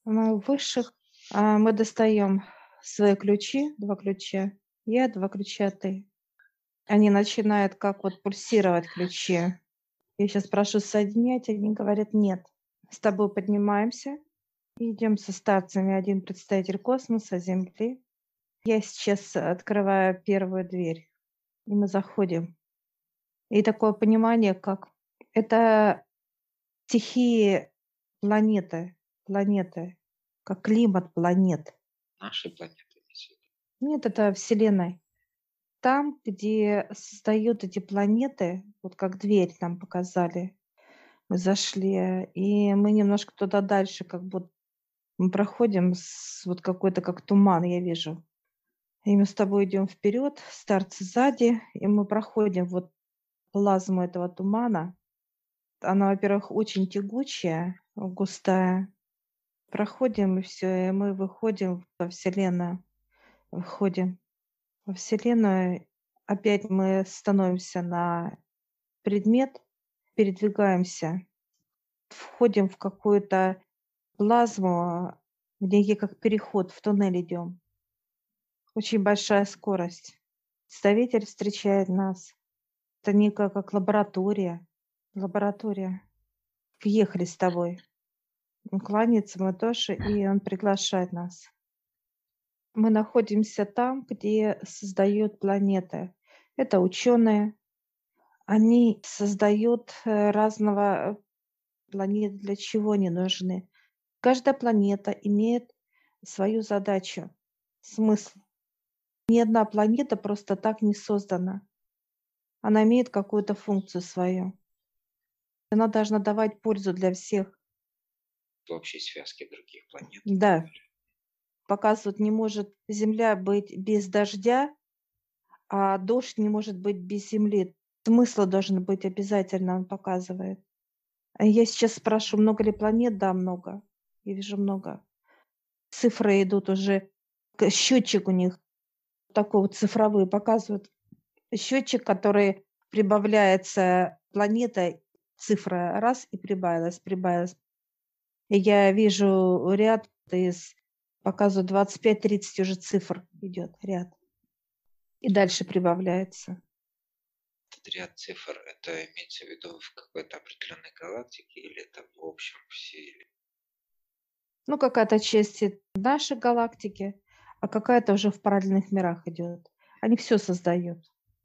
Высших мы достаем свои ключи, 2 ключа. Я, 2 ключа ты. Они начинают как вот пульсировать ключи. Я сейчас прошу соединять, они говорят: "Нет". С тобой поднимаемся и идем со старцами. Один представитель космоса, Земли. Я сейчас открываю первую дверь, и мы заходим. И такое понимание, как это стихии планеты, как климат планет. Нашей планеты имеется в виду. Нет, это Вселенной. Там, где создают эти планеты, вот как дверь нам показали, мы зашли, и мы немножко туда дальше, как будто мы проходим вот какой-то как туман, я вижу. И мы с тобой идем вперед, старцы сзади, и мы проходим вот плазму этого тумана. Она, во-первых, очень тягучая, густая. Проходим, и все, и мы выходим во Вселенную. Выходим во Вселенную. Опять мы становимся на предмет, передвигаемся, входим в какую-то плазму, где как переход, в туннель идем. Очень большая скорость. Представитель встречает нас. Это некая как лаборатория. Лаборатория. Въехали с тобой. Он кланяется, мы тоже, и он приглашает нас. Мы находимся там, где создают планеты. Это ученые. Они создают разного планет, для чего они нужны. Каждая планета имеет свою задачу, смысл. Ни одна планета просто так не создана. Она имеет какую-то функцию свою. Она должна давать пользу для всех. В общей связке других планет и так Да, далее. показывают, не может Земля быть без дождя, а дождь не может быть без Земли. Смысл должен быть обязательно, он показывает. А я сейчас спрашиваю, много ли планет? Да, много. Я вижу много. Цифры идут уже, счетчик у них такой вот цифровой показывают. Счетчик, который прибавляется планетой, цифра раз и прибавилась, прибавилась. И я вижу ряд из показывают 25-30 уже цифр идет ряд. И дальше прибавляется. Этот ряд цифр, это имеется в виду в какой-то определенной галактике или это в общем все? Ну, какая-то часть нашей галактики, а какая-то уже в параллельных мирах идет. Они все создают.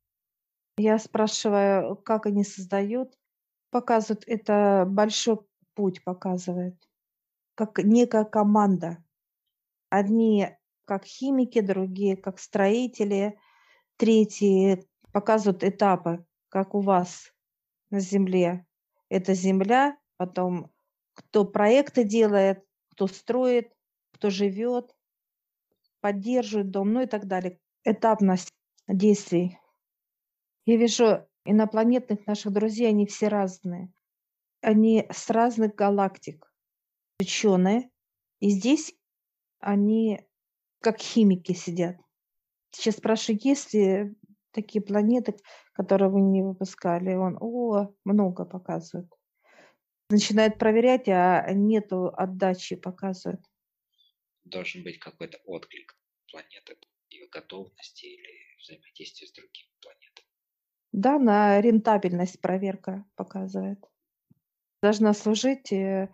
Я спрашиваю, как они создают. Показывают, это большой путь показывает, как некая команда. Одни как химики, другие как строители, третьи показывают этапы, как у вас на Земле. Это Земля, потом кто проекты делает, кто строит, кто живет, поддерживает дом, ну и так далее. Этапность действий. Я вижу инопланетных наших друзей, они все разные. Они с разных галактик, ученые. И здесь они как химики сидят. Сейчас спрашиваю, есть ли такие планеты, которые вы не выпускали? Он: "О, много", показывает. Начинает проверять, а нету отдачи, показывает. Должен быть какой-то отклик планеты, ее готовности или взаимодействия с другими планетами. Да, на рентабельность проверка показывает. Должна служить,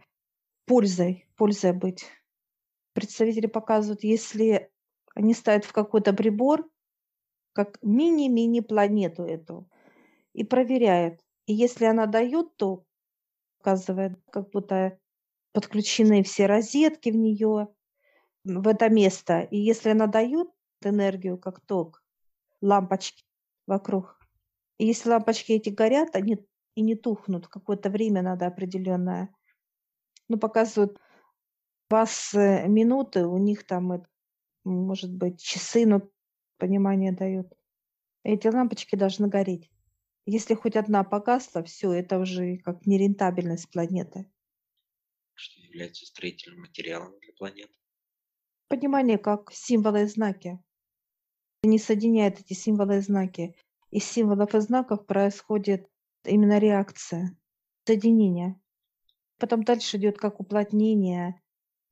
пользой быть. Представители показывают, если они ставят в какой-то прибор, как мини-мини планету эту, и проверяют. И если она дает ток, показывает, как будто подключены все розетки в нее, в это место. И если она дает энергию, как ток, лампочки вокруг, и если лампочки эти горят, они и не тухнут, какое-то время надо определенное. Ну, показывают вас минуты, у них там, может быть, часы, но понимание дают. Эти лампочки должны гореть. Если хоть одна погасла, все, это уже как нерентабельность планеты. Что является строительным материалом для планет. Понимание как символы и знаки. Они соединяют эти символы и знаки. Из символов и знаков происходит именно реакция, соединение. Потом дальше идет как уплотнение.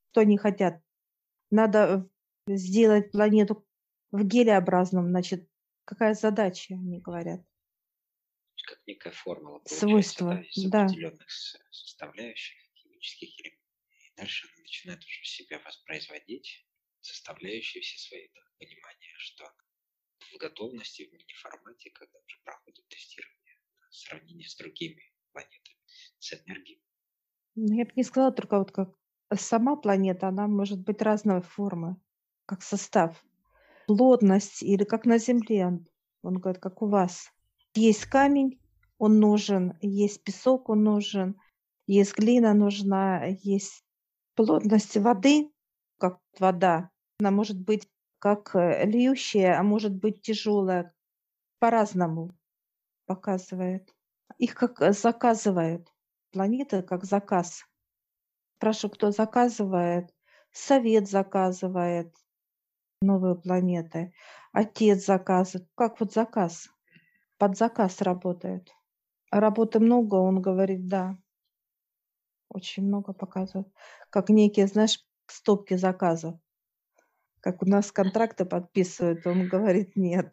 Что они хотят? Надо сделать планету в гелеобразном, значит, какая задача, они говорят. Как некая формула получается, да, Свойства, из да. определенных составляющих химических элементов. И дальше она начинает уже себя воспроизводить, составляющие все свои так, понимания, что в готовности, в мини-формате, когда уже проходит тестирование, сравнение с другими планетами, с энергией. Ну, я бы не сказала только вот как сама планета, она может быть разной формы, как состав. Плотность или как на Земле. Он говорит, как у вас. Есть камень, он нужен, есть песок, он нужен, есть глина нужна, есть плотность воды, как вода. Она может быть как льющая, а может быть тяжелая. По-разному показывает. Их как заказывают. Планеты как заказ. Спрашиваю, кто заказывает? Совет заказывает новые планеты. Отец заказывает. Как вот заказ? Под заказ работает. Работы много, он говорит, да, очень много показывает. Как некие, знаешь, стопки заказов. Как у нас контракты подписывают, он говорит, нет.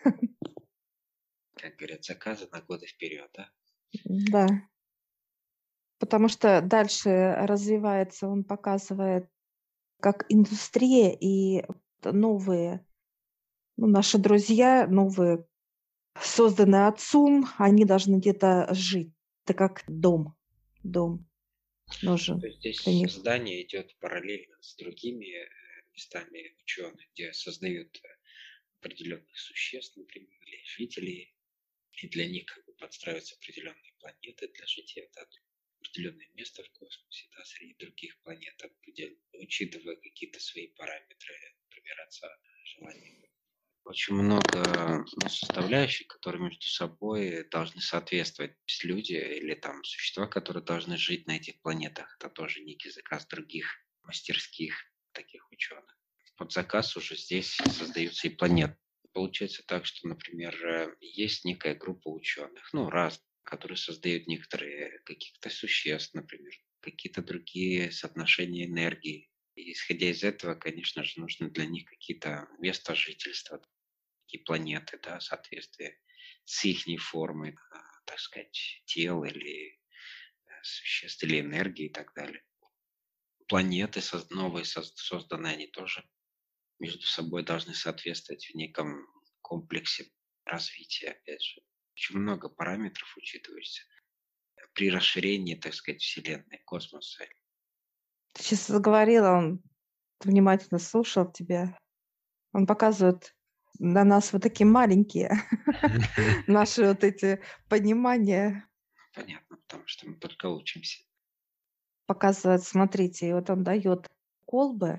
Как говорят, заказы на годы вперед, да? Да, потому что дальше развивается, он показывает, как индустрия и новые, ну, наши друзья, новые, созданные отцом, они должны где-то жить. Это как дом. Дом То нужен есть для здесь них. создание идет параллельно с другими местами ученых, где создают определенных существ, например, или жителей, и для них как бы подстраиваются определенные планеты для жития, да, определенное место в космосе, да, среди других планет, учитывая какие-то свои параметры, например, отца, желания. Очень много составляющих, которые между собой должны соответствовать. То есть люди или там существа, которые должны жить на этих планетах, это тоже некий заказ других мастерских таких ученых. Под заказ уже здесь создаются и планеты. Получается так, что, например, есть некая группа ученых, ну, разных, которые создают некоторые каких-то существ, например, какие-то другие соотношения энергии. И исходя из этого, конечно же, нужны для них какие-то места жительства, такие планеты, да, соответствие с их формой, так сказать, тел или существ, или энергии и так далее. Планеты новые созданы, они тоже между собой должны соответствовать в неком комплексе развития, опять же. Очень много параметров учитывается при расширении, так сказать, Вселенной, космоса. Ты сейчас заговорила, он внимательно слушал тебя. Он показывает на нас вот такие маленькие, наши вот эти понимания. Понятно, потому что мы только учимся. Показывает, смотрите, и вот он дает колбы,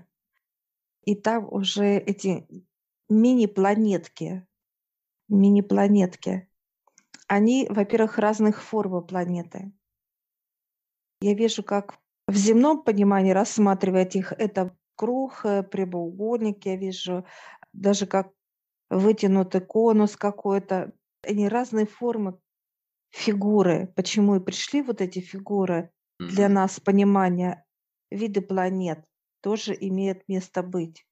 и там уже эти мини-планетки, мини-планетки. Они, во-первых, разных форм планеты. Я вижу, как в земном понимании рассматривать их, это круг, прямоугольник, я вижу, даже как вытянутый конус какой-то. Они разные формы, фигуры. Почему и пришли вот эти фигуры для Мгм. нас понимания, виды планет тоже имеют место быть.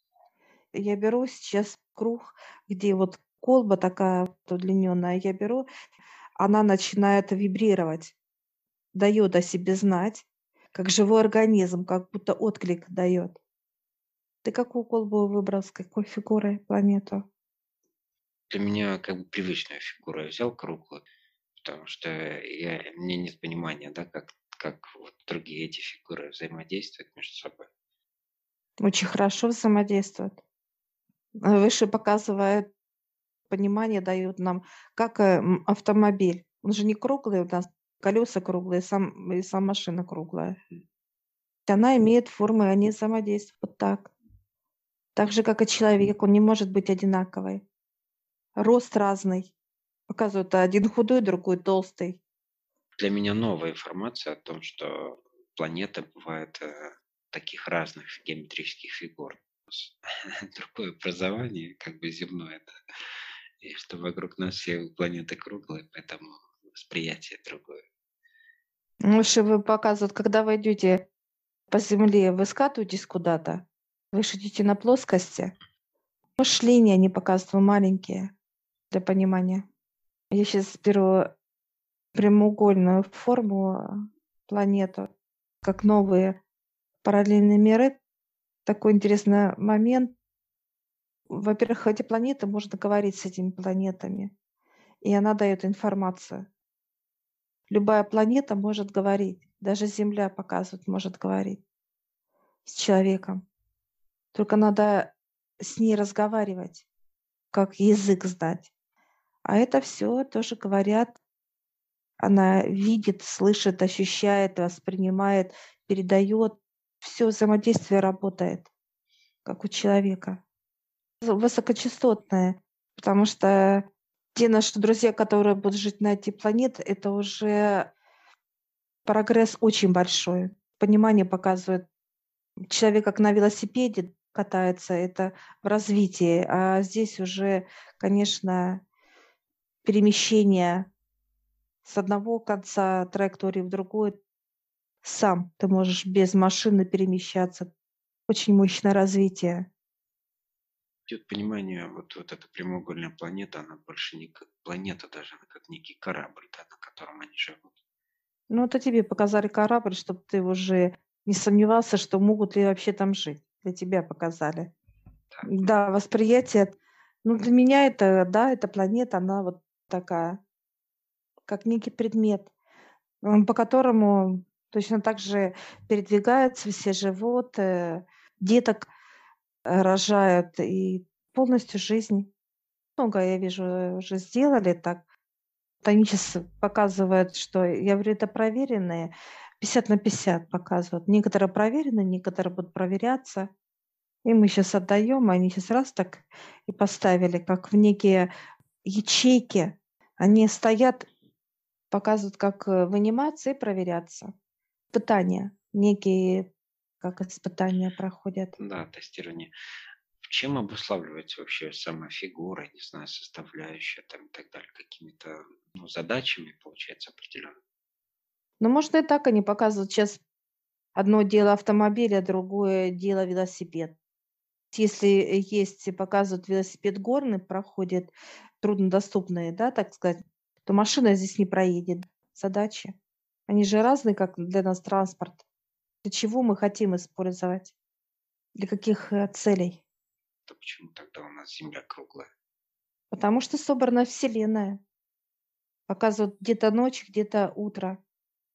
Я беру сейчас круг, где вот колба такая вот удлиненная, я беру, она начинает вибрировать, дает о себе знать, как живой организм, как будто отклик дает. Ты какую колбу выбрал, с какой фигурой планету? Для меня как бы привычная фигура. Я взял круглую, потому что мне нет понимания, да, как вот другие эти фигуры взаимодействуют между собой. Очень хорошо взаимодействует. Выше показывает понимание, дают нам, как автомобиль. Он же не круглый у нас, колеса круглые, и сама машина круглая. Она имеет формы, они взаимодействуют вот так. Так же, как и человек, он не может быть одинаковый. Рост разный. Показывают, один худой, другой толстый. Для меня новая информация о том, что планеты бывают таких разных геометрических фигур. Другое образование, как бы земное, да. И что вокруг нас все планеты круглые, поэтому восприятие другое. Выше вы показывают, когда вы идете по Земле вы скатываетесь куда-то, вы ж идете на плоскости. Мышление они показывают, вы маленькие, для понимания. Я сейчас беру прямоугольную форму, планету, как новые параллельные миры. Такой интересный момент. Во-первых, эти планеты, можно говорить с этими планетами, и она дает информацию. Любая планета может говорить, даже Земля показывает, может говорить с человеком. Только надо с ней разговаривать, как язык знать. А это все тоже говорят, она видит, слышит, ощущает, воспринимает, передает. Все взаимодействие работает, как у человека. Высокочастотное, потому что те наши друзья, которые будут жить на эти планеты, это уже прогресс очень большой. Понимание показывает. Человек как на велосипеде катается, это в развитии, а здесь уже, конечно, перемещение с одного конца траектории в другой. Сам ты можешь без машины перемещаться. Очень мощное развитие. Идет понимание, вот эта прямоугольная планета, она больше не как планета даже, она как некий корабль, да, на котором они живут. Ну, это тебе показали корабль, чтобы ты уже не сомневался, что могут ли вообще там жить. Для тебя показали. Так, Да, восприятие. Ну, для меня это, да, эта планета, она вот такая, как некий предмет, по которому точно так же передвигаются все живут, деток рожают и полностью жизнь. Много, я вижу, уже сделали так. Вот они щас показывают, что я говорю, это проверенные, 50/50 показывают. Некоторые проверены, некоторые будут проверяться. И мы сейчас отдаем, они сейчас раз так и поставили, как в некие ячейки. Они стоят, показывают, как, выниматься и проверяться. Испытания, некие, как испытания проходят. да, тестирование. Чем обуславливается вообще сама фигура, не знаю, составляющая там и так далее, какими-то ну, задачами, получается, определенно. Но можно и так они показывают. Сейчас одно дело автомобиль, а другое дело велосипед. Если есть, показывают велосипед горный, проходит труднодоступные, да, так сказать, то машина здесь не проедет. Задачи. Они же разные, как для нас транспорт. Для чего мы хотим использовать? Для каких, целей? То почему тогда у нас Земля круглая? Потому что собрана Вселенная. Показывают где-то ночь, где-то утро,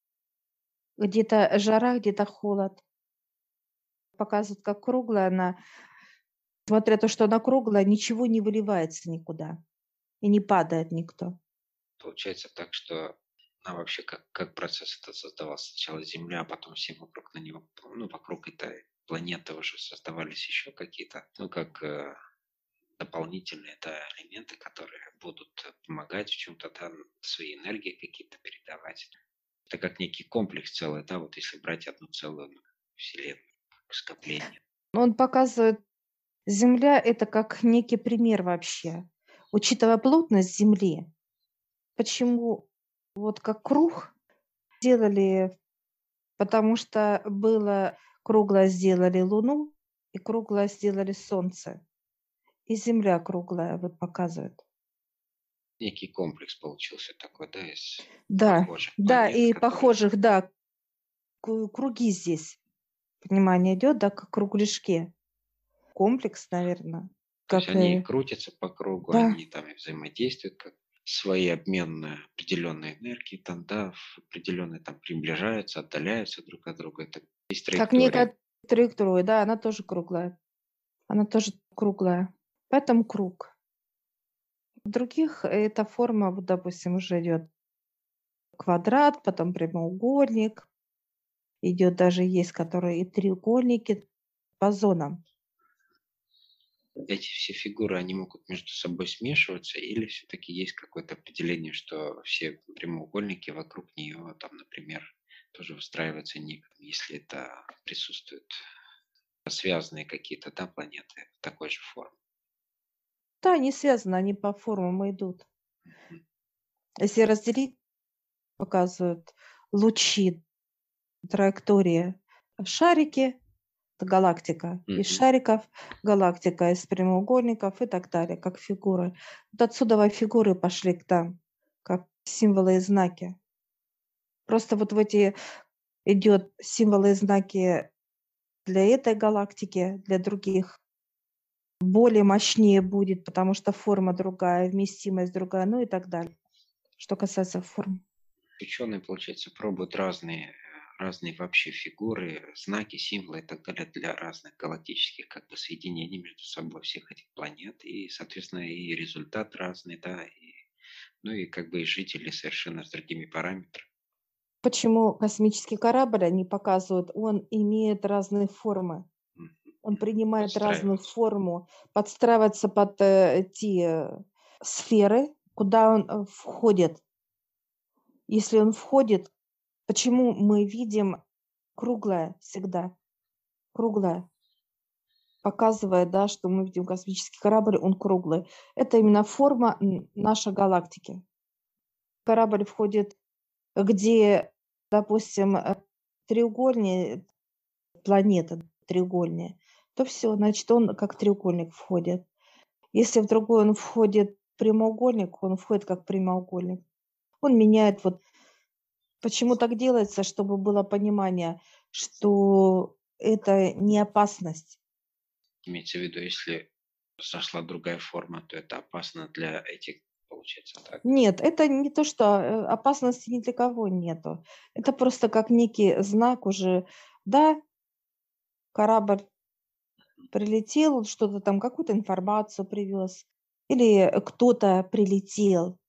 где-то жара, где-то холод. Показывают, как круглая она. Смотря то, что она круглая, ничего не выливается никуда и не падает никто. Получается так, что вообще как процесс это создавался? Сначала Земля, а потом все вокруг на него, ну, вокруг этой планеты уже создавались еще какие-то, ну, как дополнительные да, элементы, которые будут помогать в чем-то, да, свои энергии какие-то передавать. Это как некий комплекс целый, да, вот если брать одну целую вселенную, как скопление. Он показывает, Земля — это как некий пример вообще. Учитывая плотность Земли, почему вот как круг делали, потому что было круглое сделали Луну и круглое сделали Солнце, и Земля круглая, вот показывает. Некий комплекс получился такой, да, из Да, похожих да, планет, и которые... похожих, да, круги здесь. Понимание идет, да, как кругляшки. Комплекс, наверное, То есть как, они крутятся по кругу, да. они там и взаимодействуют, как свои обменные определенные энергии, там, да, в определенные там приближаются, отдаляются друг от друга. Это есть Как траектория. некая траектория, да, она тоже круглая. Она тоже круглая. Поэтому круг. В других эта форма, вот, допустим, уже идет квадрат, потом прямоугольник. Идет даже есть, которые и треугольники по зонам. Эти все фигуры, они могут между собой смешиваться или все-таки есть какое-то определение, что все прямоугольники вокруг нее, там, например, тоже выстраиваются неким, если это присутствуют связанные какие-то, да, планеты в такой же форме. Да, они связаны, они по формам идут. Мгм. Если разделить, показывают лучи, траектория. шарики — это галактика, из Мгм. шариков галактика, из прямоугольников и так далее, как фигуры. Вот отсюда фигуры пошли к там, как символы и знаки. Просто вот в эти идет символы и знаки для этой галактики, для других более мощнее будет, потому что форма другая, вместимость другая, ну и так далее. Что касается форм. Ученые, получается, пробуют разные вообще фигуры, знаки, символы и так далее для разных галактических как бы соединений между собой всех этих планет. И, соответственно, и результат разный, да, ну и как бы и жители совершенно с другими параметрами. Почему космический корабль они показывают? Он имеет разные формы. Мгм. Он принимает разную Подстраиваются. форму, подстраивается под те сферы, куда он входит. Если он входит, почему мы видим круглое всегда? Круглое. Показывает, да, что мы видим космический корабль, он круглый. Это именно форма нашей галактики. Корабль входит, где, допустим, треугольнее планета треугольнее, то все, значит, он как треугольник входит. Если в другой он входит прямоугольник, он входит как прямоугольник. Он меняет вот почему так делается, чтобы было понимание, что это не опасность. Имеется в виду, если сошла другая форма, то это опасно для этих, получается, так? Нет, это не то, что, опасности ни для кого нету. Это просто как некий знак уже. Да, корабль прилетел, он что-то там, какую-то информацию привез, или кто-то прилетел.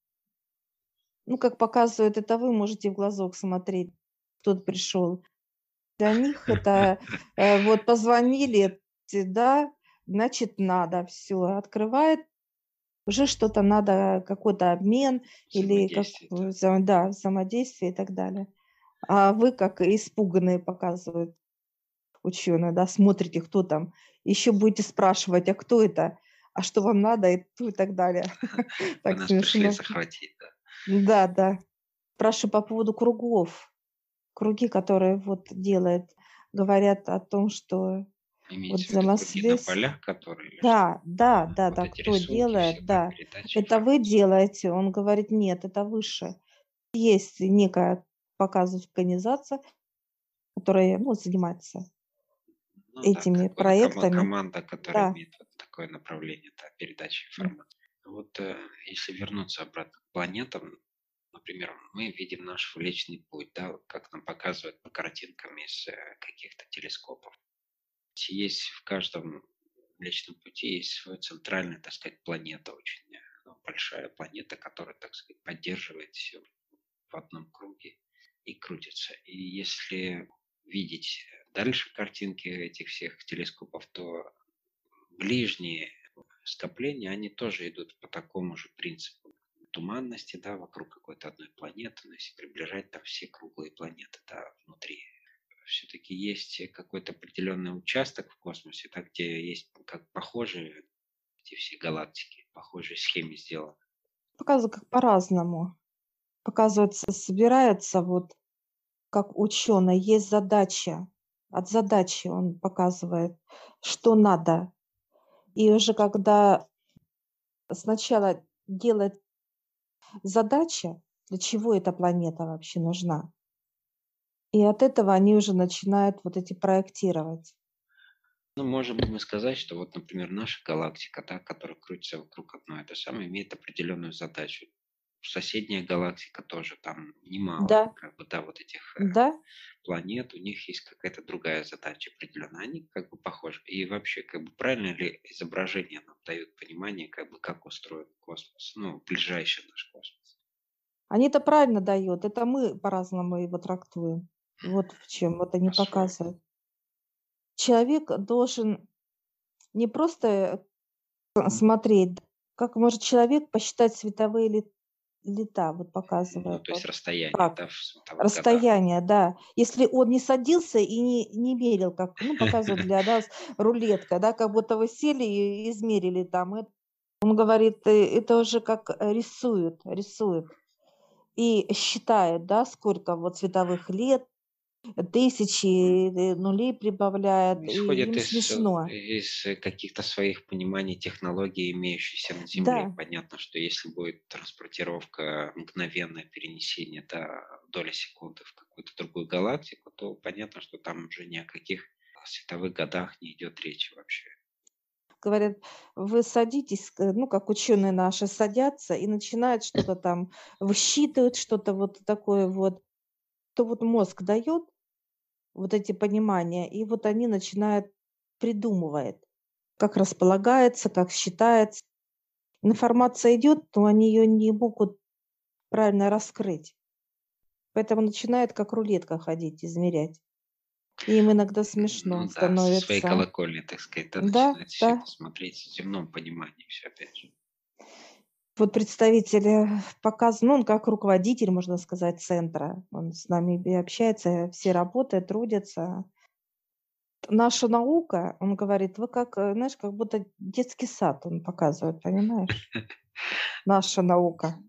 Ну, как показывает это вы можете в глазок смотреть, кто-то пришел. Для них это, вот позвонили, да, значит надо, все открывает, уже что-то надо, какой-то обмен или как, Взаимодействие, да. да, взаимодействие и так далее. А вы как испуганные показывают ученые, да, смотрите, кто там. Еще будете спрашивать: "А кто это? А что вам надо?" И так далее. Вы Так нас пришли смешно. захватить, да. Да, да. Спрашиваю по поводу кругов. Круги, которые вот делает, говорят о том, что вот Имеется в виду круги на взаимосвязь. полях, которые или что? Да, да, да, Вот да, эти кто рисунки все, делает, да, да. передача Это вы информации. делаете? Он говорит: "Нет, это выше". Есть некая, показывает организация, которая, ну, занимается Ну да, этими как бы проектами. команда, которая Да, имеет вот такое направление, да, передачи информации. Вот если вернуться обратно к планетам, например, мы видим наш Млечный Путь, да, вот как нам показывают по картинкам из каких-то телескопов. Есть в каждом Млечном Пути есть своя центральная, так сказать, планета очень большая планета, которая, так сказать, поддерживает все в одном круге и крутится. И если видеть дальше картинки этих всех телескопов, то ближние скопления, они тоже идут по такому же принципу туманности, да, вокруг какой-то одной планеты, но если приближать, там все круглые планеты, да, внутри. Все-таки есть какой-то определенный участок в космосе, да, где есть как похожие эти все галактики, похожие схемы сделаны. показывают как по-разному. Показывается, собирается вот как ученый, есть задача. От задачи он показывает, что надо. И уже когда сначала делает задача, для чего эта планета вообще нужна, и от этого они уже начинают вот эти проектировать. Ну, можем ли мы сказать, что вот, например, наша галактика, да, которая крутится вокруг одной, это самое, имеет определенную задачу. Соседняя галактика тоже, там немало, Да, как бы, да, вот этих да, планет, у них есть какая-то другая задача определенная, они как бы похожи. И вообще, как бы, правильно ли изображение нам дают понимание, как бы, как устроен космос, ну, ближайший наш космос? они это правильно дают, это мы по-разному его трактуем. Вот в чем вот они По-своему. показывают. Человек должен не просто смотреть, как может человек посчитать световые лета, вот Ну, показывает то есть вот расстояние, как. да, в световых годах. Расстояние, да. Если он не садился и не мерил, как, ну, показывают для нас рулетка, да, как будто вы сели и измерили там. Он говорит, это уже как рисует и считает, да, сколько вот световых лет. тысячи нулей прибавляют, и Исходит им смешно. из каких-то своих пониманий технологий, имеющихся на Земле. Да, Понятно, что если будет транспортировка, мгновенное перенесение, да, доли секунды в какую-то другую галактику, то понятно, что там уже ни о каких световых годах не идет речи вообще. говорят, вы садитесь, ну, как ученые наши садятся и начинают что-то там высчитывать, что-то вот такое вот, то вот мозг дает вот эти понимания, и вот они начинают придумывает, как располагается, как считается. Информация идет, но они ее не могут правильно раскрыть. Поэтому начинают как рулетка ходить, измерять. И им иногда смешно Ну да, со своей становится. колокольни, так сказать, да, Да, начинать да. все это смотреть в земном понимании все опять же. Вот представитель показан, ну, он как руководитель, можно сказать, центра. Он с нами и общается, все работают, трудятся. Наша наука, он говорит, вы как, знаешь, как будто детский сад он показывает, понимаешь? Наша наука.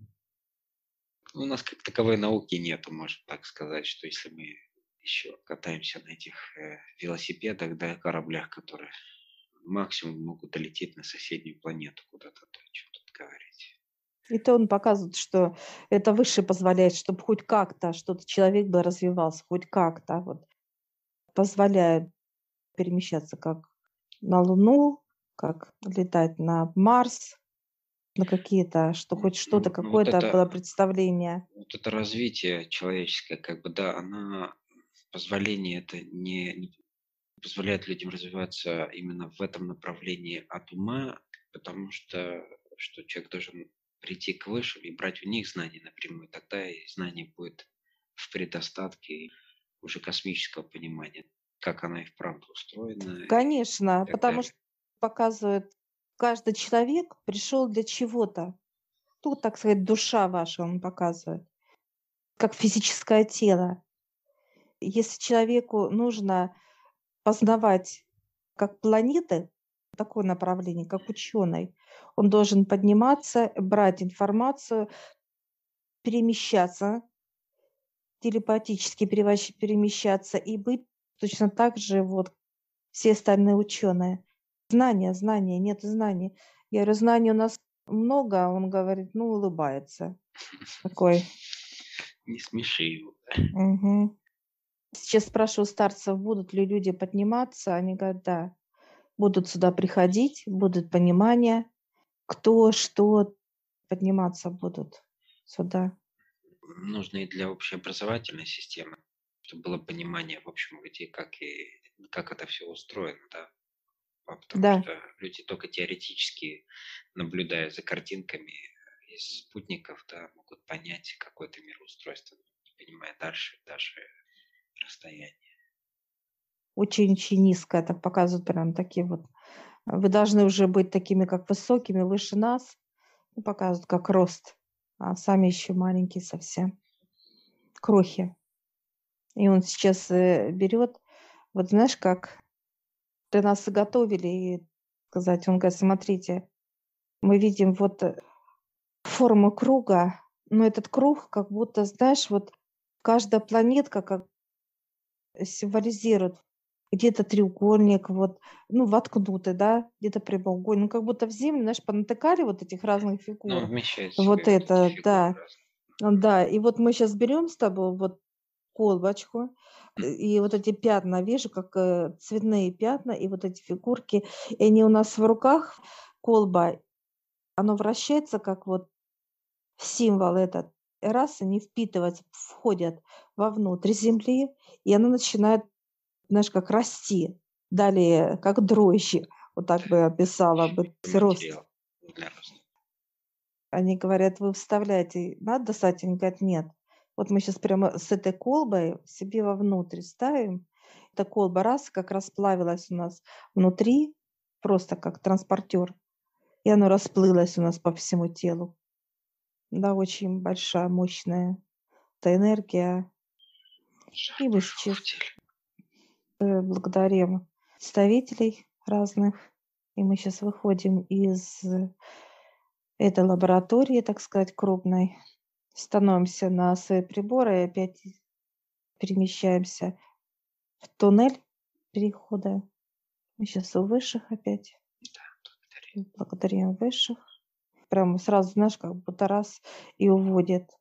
У нас как таковой науки нету, можно так сказать, что если мы еще катаемся на этих велосипедах, да, кораблях, которые максимум могут долететь на соседнюю планету куда-то, то что тут говорить. И то он показывает, что это выше позволяет, чтобы хоть как-то что-то человек бы развивался, хоть как-то вот позволяет перемещаться как на Луну, как летать на Марс, на какие-то, что хоть что-то, Ну, вот какое-то это, было представление. вот это развитие человеческое, как бы, да, она позволение это не позволяет людям развиваться именно в этом направлении от ума, потому что человек должен прийти к высшим и брать у них знания напрямую, тогда и знание будет в предостатке и уже космического понимания, как она и вправду устроена и Конечно, так потому далее. что показывает, каждый человек пришел для чего-то. Тут, так сказать, душа ваша, он показывает, как физическое тело. Если человеку нужно познавать как планеты, такое направление, как ученый, он должен подниматься, брать информацию, перемещаться, телепатически перемещаться и быть точно так же вот все остальные ученые. Знания, знания, нет знаний. Я говорю, знаний у нас много, а он говорит, ну, улыбается. Такой. Не смеши его. Мгм. Сейчас спрашиваю старцев, будут ли люди подниматься. Они говорят, да, будут сюда приходить, будут понимание, кто, что, подниматься будут сюда. Нужно и для общеобразовательной системы, чтобы было понимание, в общем, где как это все устроено, да. Потому Да, что люди только теоретически, наблюдая за картинками из спутников, да, могут понять какое-то мироустройство, не понимая дальше даже расстояние. очень-очень низко это показывают прям такие вот. Вы должны уже быть такими, как высокими, выше нас. Ну, показывают как рост, а сами еще маленькие совсем, крохи. И он сейчас берет, вот знаешь, как для нас и готовили, и сказать, он говорит, смотрите, мы видим вот форму круга, но этот круг как будто, знаешь, вот каждая планетка как символизирует где-то треугольник, вот, ну, воткнутый, да, где-то прямоугольник, ну, как будто в землю, знаешь, понатыкали вот этих разных Но фигур. вмещает в Вот себе вот эти это, фигуры да. разные. Да, и вот мы сейчас берем с тобой вот колбочку, и вот эти пятна, вижу, как, цветные пятна, и вот эти фигурки, и они у нас в руках. Колба, оно вращается, как вот символ этот. Раз, они впитываются, входят вовнутрь земли, и оно начинает, знаешь, как расти. Далее, как дрожжи, вот так бы описала бы рост. Материал для роста. Они говорят: "Вы вставляете, надо достать?" Они говорят: "Нет". Вот мы сейчас прямо с этой колбой себе вовнутрь ставим. Эта колба раз, как расплавилась у нас внутри, просто как транспортер, и оно расплылось у нас по всему телу. Да, очень большая, мощная эта энергия. Жар И мы пошел в сейчас, теле. благодарим представителей разных, и мы сейчас выходим из этой лаборатории, так сказать, крупной, становимся на свои приборы и опять перемещаемся в туннель перехода. Мы сейчас у высших опять. Да, благодарю. Благодарим высших. Прямо сразу, знаешь, как будто раз и уводит.